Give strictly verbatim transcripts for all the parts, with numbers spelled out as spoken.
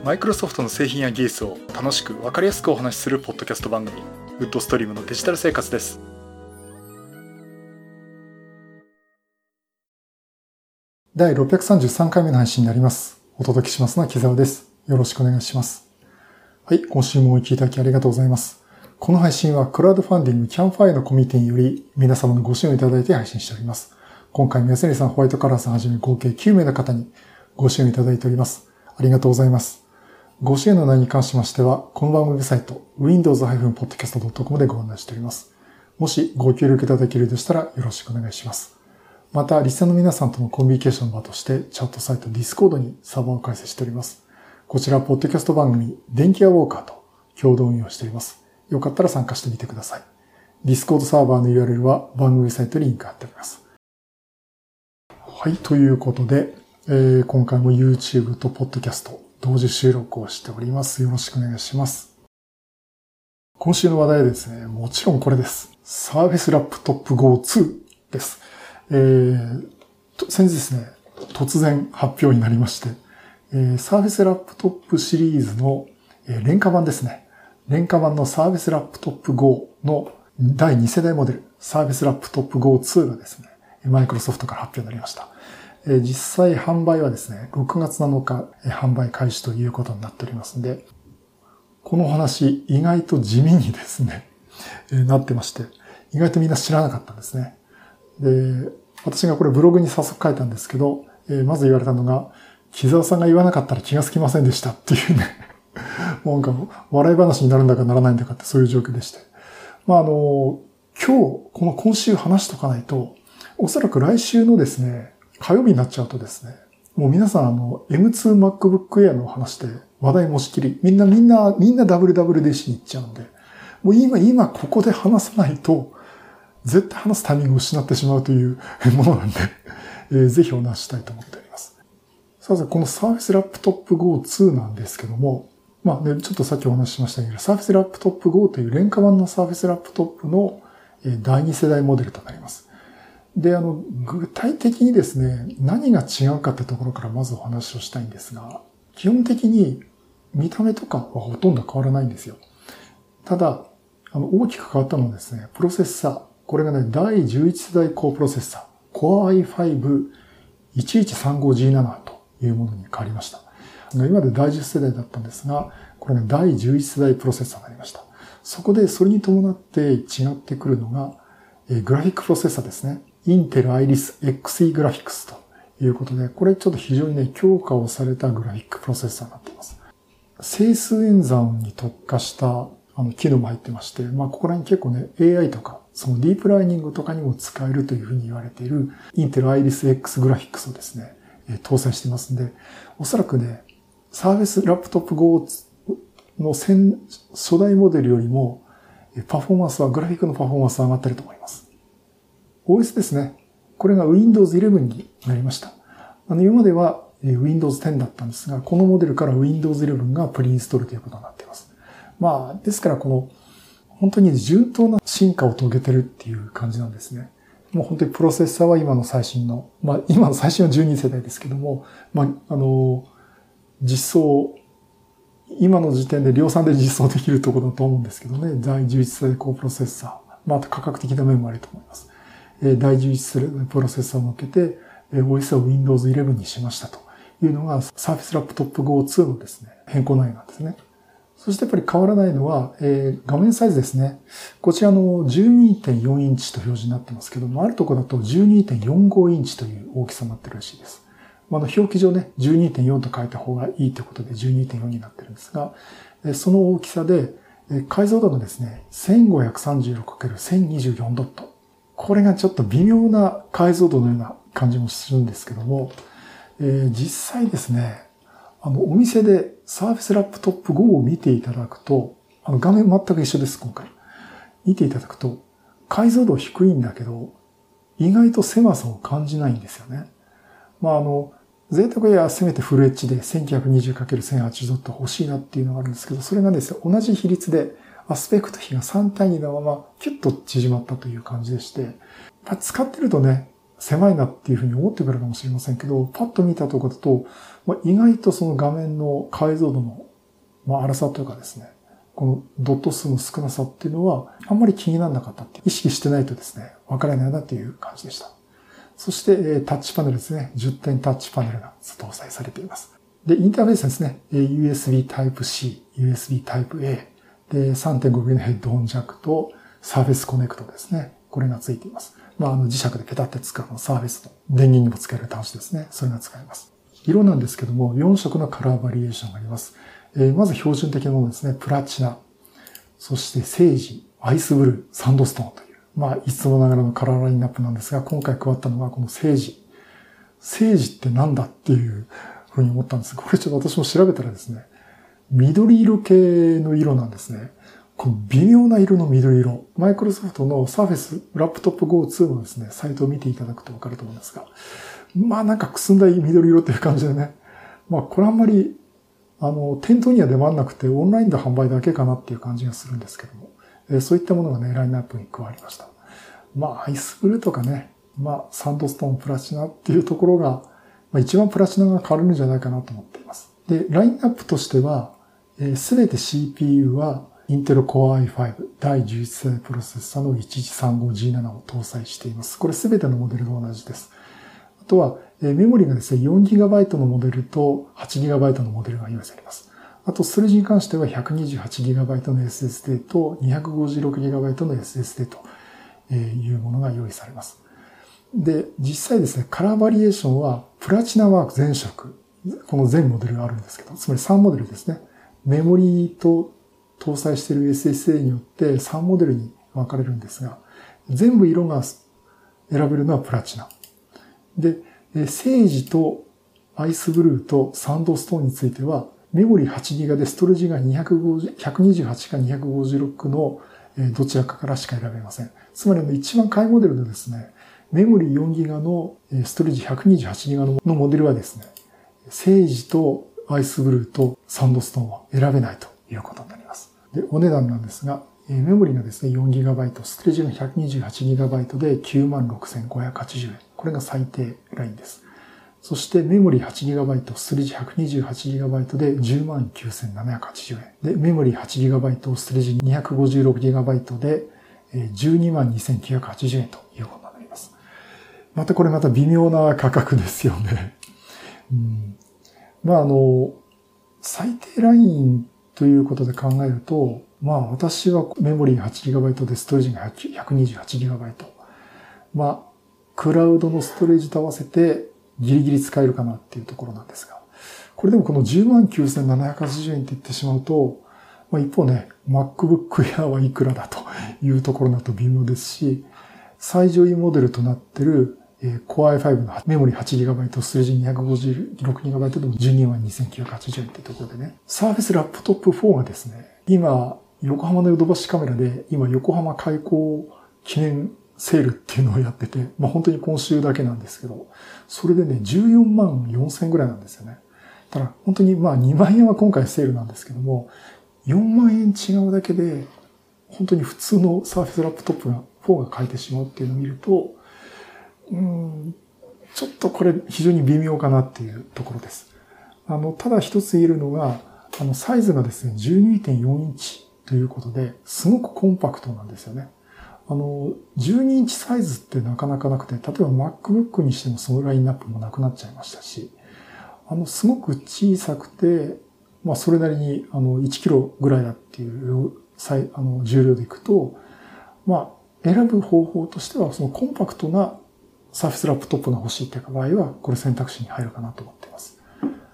マイクロソフトの製品や技術を楽しく分かりやすくお話しするポッドキャスト番組、ウッドストリームのデジタル生活です。 だいろっぴゃくさんじゅうさんかいめの配信になります。お届けしますのは木澤です。よろしくお願いします。はい、今週もお聞きいただきありがとうございます。この配信はクラウドファンディングキャンファイのコミュニティにより皆様のご支援をいただいて配信しております。今回も安成さん、ホワイトカラーさんはじめ合計きゅうめいの方にご支援をいただいております。ありがとうございます。ご支援の内容に関しましては、この番組サイト ウィンドウズ ポッドキャスト ドットコム でご案内しております。もしご協力いただけるとしたらよろしくお願いします。また、リスナーの皆さんとのコミュニケーションの場として、チャットサイト Discord にサーバーを開設しております。こちら、ポッドキャスト番組、電気屋ウォーカーと共同運用しております。よかったら参加してみてください。Discord サーバーの ユーアールエル は番組サイトにリンク貼っております。はい、ということで、えー、今回も YouTube と Podcast 同時収録をしております。よろしくお願いします。今週の話題はですね、もちろんこれです。Surface Laptop Go ツーです。えー、先日ですね、突然発表になりまして、えー、Surface Laptop シリーズの、えー、廉価版ですね。廉価版の Surface Laptop Go のだいに世代モデル、Surface Laptop Go ツーがですね、マイクロソフトから発表になりました。えー、実際販売はですね、ろくがつなのか、えー、販売開始ということになっておりますので、このお話意外と地味にですね、えー、なってまして、意外とみんな知らなかったんですね。で、私がこれブログに早速書いたんですけど、えー、まず言われたのが、木澤さんが言わなかったら気がつきませんでしたっていうね、もうなんか笑い話になるんだかならないんだかってそういう状況でして。まああの、今日、この今週話しとかないと、おそらく来週のですね、火曜日になっちゃうとですね、もう皆さんあの エムツー MacBook Air の話で話題持ちきり、みんなみんなみんな ダブリューダブリューディーシー に行っちゃうんで、もう今今ここで話さないと絶対話すタイミングを失ってしまうというものなんで、えー、ぜひお話したいと思っております。さあ、この Surface Laptop Go ツーなんですけども、まあね、ちょっとさっきお話ししましたけど、Surface Laptop Go という廉価版の Surface Laptop のだいに世代モデルとなります。で、あの、具体的にですね、何が違うかってところからまずお話をしたいんですが、基本的に見た目とかはほとんど変わらないんですよ。ただ、あの、大きく変わったのはですね、プロセッサー。これがね、だいじゅういち世代高プロセッサー、Core アイファイブ いちいちさんごジーセブン というものに変わりました。今までだいじゅう世代だったんですが、これがだいじゅういち世代プロセッサーになりました。そこでそれに伴って違ってくるのが、グラフィックプロセッサーですね。インテル アイリス エックスイー グラフィックスということで、これちょっと非常にね、強化をされたグラフィックプロセッサーになっています。整数演算に特化したあの機能も入ってまして、まあ、ここら辺結構ね、エーアイ とか、そのディープラーニングとかにも使えるというふうに言われているインテル アイリス エックス グラフィックスをですね、搭載していますので、おそらくね、Surface Laptop Go の初代モデルよりも、パフォーマンスは、グラフィックのパフォーマンスは上がっていると思います。オーエス ですね。これが ウィンドウズイレブン になりました。あの、今までは ウィンドウズテンだったんですが、このモデルから ウィンドウズイレブン がプリインストールということになっています。まあ、ですからこの、本当に順当な進化を遂げてるっていう感じなんですね。もう本当にプロセッサーは今の最新の、まあ、今の最新はじゅうに世代ですけども、まあ、あの、実装、今の時点で量産で実装できるところだと思うんですけどね、だいじゅういち世代高プロセッサー。まあ、あと価格的な面もあると思います。だいじゅういち世代プロセッサーを受けて、オーエス を ウィンドウズイレブン にしましたというのが Surface Laptop Go ツーのですね、変更内容なんですね。そしてやっぱり変わらないのは、えー、画面サイズですね。こちらの じゅうにてんよん インチと表示になってますけども、あるところだと じゅうにてんよんご インチという大きさになってるらしいです。あの表記上ね、じゅうにてんよん と書いた方がいいということで じゅうにてんよん になってるんですが、その大きさで解像度がですね、せんごひゃくさんじゅうろくかけるせんにじゅうよん ドット。これがちょっと微妙な解像度のような感じもするんですけども、えー、実際ですね、あの、お店で Surface Laptop Go を見ていただくと、あの、画面全く一緒です、今回。見ていただくと、解像度低いんだけど、意外と狭さを感じないんですよね。まあ、あの、贅沢やせめてフルエッジで せんきゅうひゃくにじゅうかけるせんはちじゅう ドット欲しいなっていうのがあるんですけど、それがですね、同じ比率でアスペクト比がさんたいにのままキュッと縮まったという感じでして、使ってるとね、 狭いなっていうふうに思ってくるかもしれませんけど、パッと見たところだと、まあ、意外とその画面の解像度の、まあ、荒さというかですね、このドット数の少なさっていうのはあんまり気にならなかったって意識してないとですね、わからないなという感じでした。そしてタッチパネルですね。じゅってんタッチパネルが搭載されています。で、インターフェースですね。ユーエスビー Type-C、ユーエスビー Type-A、で、さんてんごミリ のヘッドホンジャックと Surface Connect ですね。これがついています。まあ、あの磁石でペタって使うの Surface の電源にも使える端子ですね。それが使えます。色なんですけども、よん色のカラーバリエーションがあります。えー、まず標準的なものですね。プラチナ、そしてセージ、アイスブルー、サンドストーンという、まあ、いつもながらのカラーラインナップなんですが、今回加わったのはこのセージ。セージってなんだっていうふうに思ったんですが、これちょっと私も調べたらですね、緑色系の色なんですね。この微妙な色の緑色。マイクロソフトの Surface Laptop Go ツーのですね、サイトを見ていただくとわかると思うんですが、まあなんかくすんだ緑色という感じでね、まあこれあんまりあの、店頭には出回らなくて、オンラインで販売だけかなっていう感じがするんですけども、えー、そういったものがね、ラインナップに加わりました。まあ、アイスブルーとかね、まあ、サンドストーンプラチナっていうところが、まあ、一番プラチナが変わるんじゃないかなと思っています。で、ラインナップとしては、すべ、えー、て シーピーユー は、インテル Core アイファイブ だいじゅういち世代プロセッサの いちいちさんごジーセブン を搭載しています。これすべてのモデルと同じです。あとは、メモリがですね、よんギガバイト のモデルと はちギガバイト のモデルが用意されます。あと、ストレージに関しては ひゃくにじゅうはちギガバイト の エスエスディー と にひゃくごじゅうろくギガバイト の エスエスディー というものが用意されます。で、実際ですね、カラーバリエーションは、プラチナワーク全色、この全モデルがあるんですけど、つまりさんモデルですね。メモリと搭載している エスエスディー によってさんモデルに分かれるんですが、全部色が選べるのはプラチナ。で、セージとアイスブルーとサンドストーンについては、メモリ はちギガ でストレージがにひゃくごじゅう、ひゃくにじゅうはちかにひゃくごじゅうろくのどちらかからしか選べません。つまり一番下位モデルでですね、メモリ よんギガ のストレージ ひゃくにじゅうはちギガ のモデルはですね、セージとアイスブルーとサンドストーンは選べないということになります。で、お値段なんですが、メモリがですね、よんギガバイト、ストレージが ひゃくにじゅうはちギガバイト で きゅうまんろくせんごひゃくはちじゅうえん。これが最低ラインです。そしてメモリ はちギガバイト、ストレージ ひゃくにじゅうはちギガバイト で じゅうまんきゅうせんななひゃくはちじゅうえん。で、メモリ はちギガバイト、ストレージ にひゃくごじゅうろくギガバイト で じゅうにまんにせんきゅうひゃくはちじゅうえんということになります。またこれまた微妙な価格ですよね。うん、まああの、最低ラインということで考えると、まあ私はメモリ はちギガバイト でストレージが ひゃくにじゅうはちギガバイト。まあ、クラウドのストレージと合わせてギリギリ使えるかなっていうところなんですが。これでもこの じゅうまんきゅうせんななひゃくはちじゅうえんって言ってしまうと、まあ一方ね、MacBook Air はいくらだというところだと微妙ですし、最上位モデルとなっている Core アイファイブ のメモリ はちギガバイト、ストレージ にひゃくごじゅうろくギガバイト でも じゅうにまんにせんきゅうひゃくはちじゅうえんっていうところでね。Surface Laptop フォーがですね、今、横浜のヨドバシカメラで、今横浜開港記念セールっていうのをやってて、まあ本当に今週だけなんですけど、それでね、じゅうよんまんよんせんぐらいなんですよね。ただ本当にまあにまんえんは今回セールなんですけども、よんまんえん違うだけで、本当に普通の Surface Laptop がフォーが買えてしまうっていうのを見ると、うーん、ちょっとこれ非常に微妙かなっていうところです。あの、ただ一つ言えるのが、あの、サイズがですね、じゅうにてんよんインチということで、すごくコンパクトなんですよね。あの、じゅうにインチサイズってなかなかなくて、例えば MacBook にしてもそのラインナップもなくなっちゃいましたし、あの、すごく小さくて、まあ、それなりに、あの、いちキロぐらいだっていう、あの、重量でいくと、まあ、選ぶ方法としては、そのコンパクトなサーフェスラップトップが欲しいっていう場合は、これ選択肢に入るかなと思っています。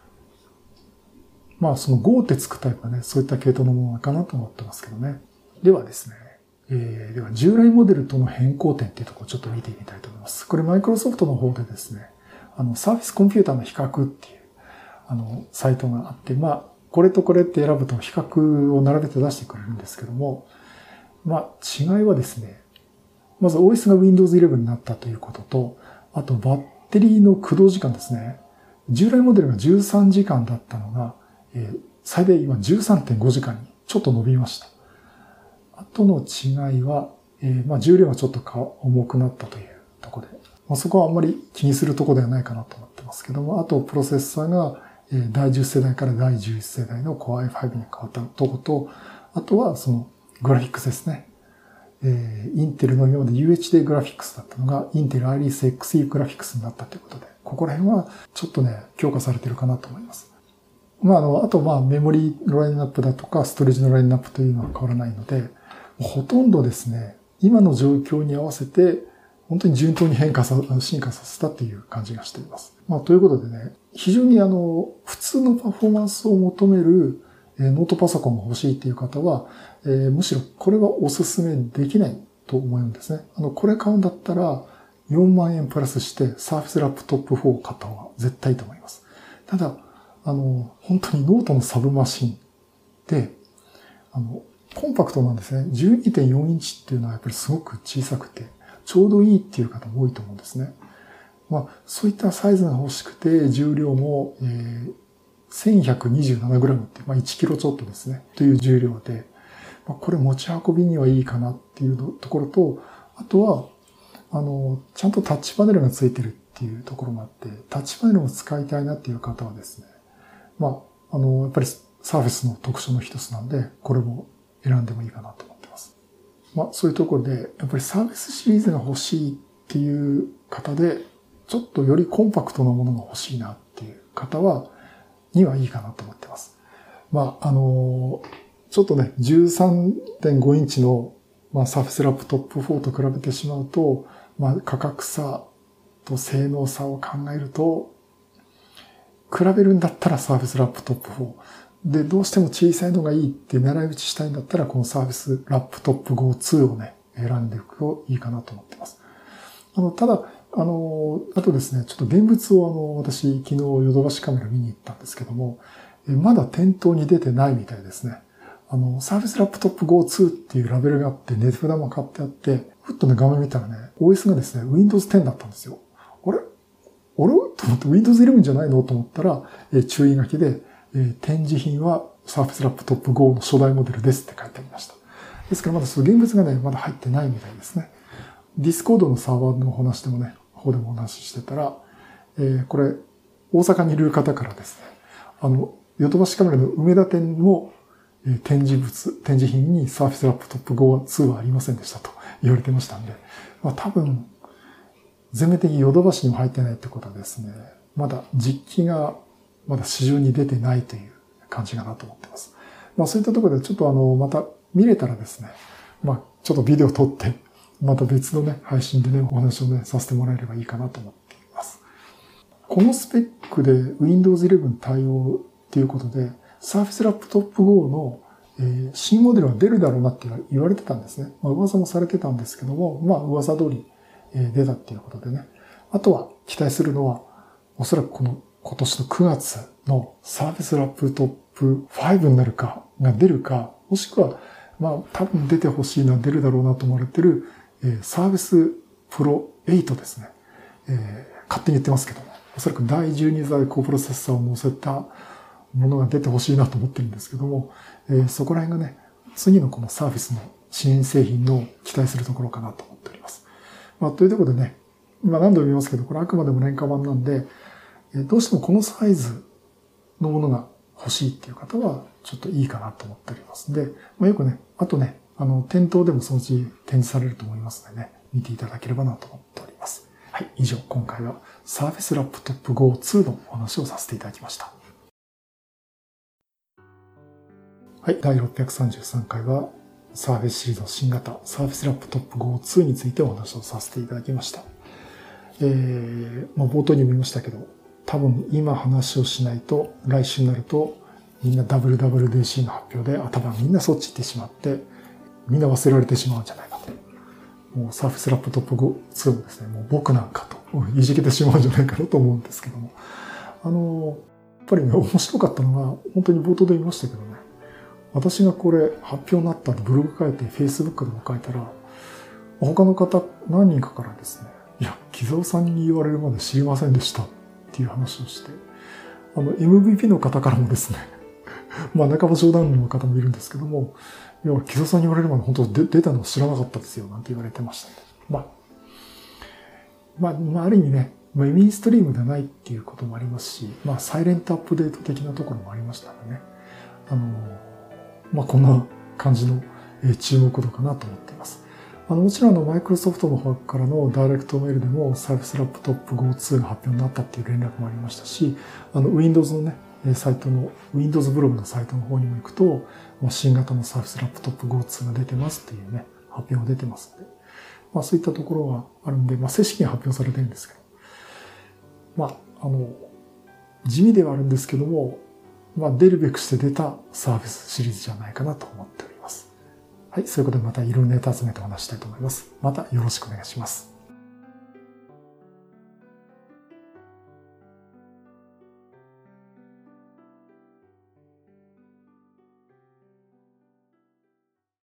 まあ、その Go ってつくタイプはね、そういった系統のものかなと思ってますけどね。ではですね、えー、では従来モデルとの変更点っていうところをちょっと見てみたいと思います。これマイクロソフトの方でですね、あの、サーフェスコンピューターの比較っていう、あの、サイトがあって、まあ、これとこれって選ぶと比較を並べて出してくれるんですけども、まあ、違いはですね、まず オーエス が ウィンドウズイレブン になったということと、あとバッテリーの駆動時間ですね。従来モデルがじゅうさんじかんだったのが、えー、最大今 じゅうさんてんごじかんにちょっと伸びました。あとの違いは、えー、まあ重量がちょっと重くなったというところで。 まあ、そこはあんまり気にするところではないかなと思ってますけども、あとプロセッサーがだいじゅっ世代からだいじゅういち世代の Core アイファイブ に変わったとこと、あとはそのグラフィックスですね。えー、インテルの今まで ユーエイチディー グラフィックスだったのが、インテル アイリス エックスイー グラフィックスになったということで、ここら辺はちょっとね、強化されてるかなと思います。まあ、あの、あとまあ、メモリーのラインナップだとか、ストレージのラインナップというのは変わらないので、ほとんどですね、今の状況に合わせて、本当に順当に変化さ、進化させたっていう感じがしています。まあ、ということでね、非常にあの、普通のパフォーマンスを求めるノートパソコンが欲しいっていう方は、えー、むしろこれはおすすめできないと思うんですね。あの、これ買うんだったらよんまんえんプラスして Surface Laptop フォーを買った方が絶対いいと思います。ただ、あの、本当にノートのサブマシンで、あの、コンパクトなんですね。じゅうにてんよん インチっていうのはやっぱりすごく小さくて、ちょうどいいっていう方も多いと思うんですね。まあ、そういったサイズが欲しくて、重量も、えー、せんひゃくにじゅうななグラム って、まあ、いちキロちょっとですね、という重量で、まあ、これ持ち運びにはいいかなっていうところと、あとは、あの、ちゃんとタッチパネルがついてるっていうところもあって、タッチパネルを使いたいなっていう方はですね、まあ、あの、やっぱりサーフェスの特徴の一つなんで、これも選んでもいいかなと思ってます。まあ、そういうところで、やっぱりサーフェスシリーズが欲しいっていう方で、ちょっとよりコンパクトなものが欲しいなっていう方は、にはいいかなと思ってます。まあ、あの、ちょっとね、じゅうさんてんご インチの、まあ、Surface Laptop フォーと比べてしまうと、まあ、価格差と性能差を考えると、比べるんだったら Surface Laptop フォー。で、どうしても小さいのがいいって狙い撃ちしたいんだったら、この Surface Laptop Go ツーをね、選んでいくといいかなと思ってます。あの、ただ、あの、あとですね、ちょっと現物をあの、私、昨日ヨドバシカメラ見に行ったんですけども、まだ店頭に出てないみたいですね。あの、Surface Laptop Go ツーっていうラベルがあって、値札も買ってあって、ふっとね、画面見たらね、オーエス がですね、ウィンドウズテン だったんですよ。あれあれと思って ウィンドウズイレブン じゃないのと思ったら、え注意書きで、え展示品は Surface Laptop Go の初代モデルですって書いてありました。ですからまだその現物がね、まだ入ってないみたいですね。Discord のサーバーの話でもね、方でもお話ししてたら、えー、これ、大阪にいる方からですね、あの、ヨドバシカメラの梅田店の展示物、展示品に Surface Laptop Go ツーはありませんでしたと言われてましたんで、まあ多分、全面的にヨドバシにも入ってないってことはですね、まだ実機がまだ市場に出てないという感じかなと思ってます。まあそういったところでちょっとあの、また見れたらですね、まあちょっとビデオ撮って、また別のね、配信でね、お話をね、させてもらえればいいかなと思っています。このスペックで ウィンドウズイレブン 対応っていうことで、Surface Laptop Go の、えー、新モデルは出るだろうなって言われてたんですね。まあ噂もされてたんですけども、まあ噂通り、えー、出たっていうことでね。あとは期待するのは、おそらくこの今年のくがつの Surface Laptop ファイブになるか、が出るか、もしくは、まあ多分出てほしいのは出るだろうなと思われてる、えー、Surface Pro エイトですね。えー、勝手に言ってますけども、おそらくだいじゅうに世高プロセッサーを乗せたものが出てほしいなと思ってるんですけども、えー、そこら辺がね、次のこの Surface の新製品の期待するところかなと思っております。まあ、というところでね、今何度も言いますけど、これあくまでも廉価版なんで、えー、どうしてもこのサイズのものが欲しいっていう方は、ちょっといいかなと思っておりますんで、まあ、よくね、あとね、あの、店頭でもそのうち展示されると思いますのでね、見ていただければなと思っております。はい、以上、今回は Surface Laptop Go ツーのお話をさせていただきました。はい、だいろっぴゃくさんじゅうさんかいは Surface シリーズの新型 Surface Laptop Go ツーについてお話をさせていただきました。えー、まあ、冒頭にも言いましたけど、多分今話をしないと来週になるとみんな ダブリューダブリューディーシー の発表で頭みんなそっち行ってしまってみんな忘れられてしまうんじゃないかと。もう Surface Laptop Go ツーもですね、もう僕なんかといじけてしまうんじゃないかなと思うんですけども。あの、やっぱりね、面白かったのが本当に冒頭で言いましたけどね、私がこれ発表になったとブログ書いて Facebook でも書いたら他の方何人かからですね、いや、木澤さんに言われるまで知りませんでしたっていう話をして、あの エムブイピー の方からもですね、まあ半ば冗談の方もいるんですけども、いや、木澤さんに言われるまで本当出たの知らなかったですよなんて言われてましたね。まあ、 まあ、まあ、ある意味ね、メインストリームではないっていうこともありますし、まあ、サイレントアップデート的なところもありましたのでね。あの、まあ、こんな感じの注目度かなと思っています。あの、もちろんあの、マイクロソフトの方からのダイレクトメールでも、サービスラップトップ ゴーツー が発表になったっていう連絡もありましたし、あの、Windows のね、サイトの、Windows ブログのサイトの方にも行くと、まあ、新型のサービスラップトップ ゴーツー が出てますっていうね、発表が出てますので、まあ、そういったところがあるんで、まあ、正式に発表されてるんですけど、まあ、あの、地味ではあるんですけども、まあ、出るべくして出たサービスシリーズじゃないかなと思っております。はい、そういうことでまたいろいろネタ集めてお話したいと思います。またよろしくお願いします。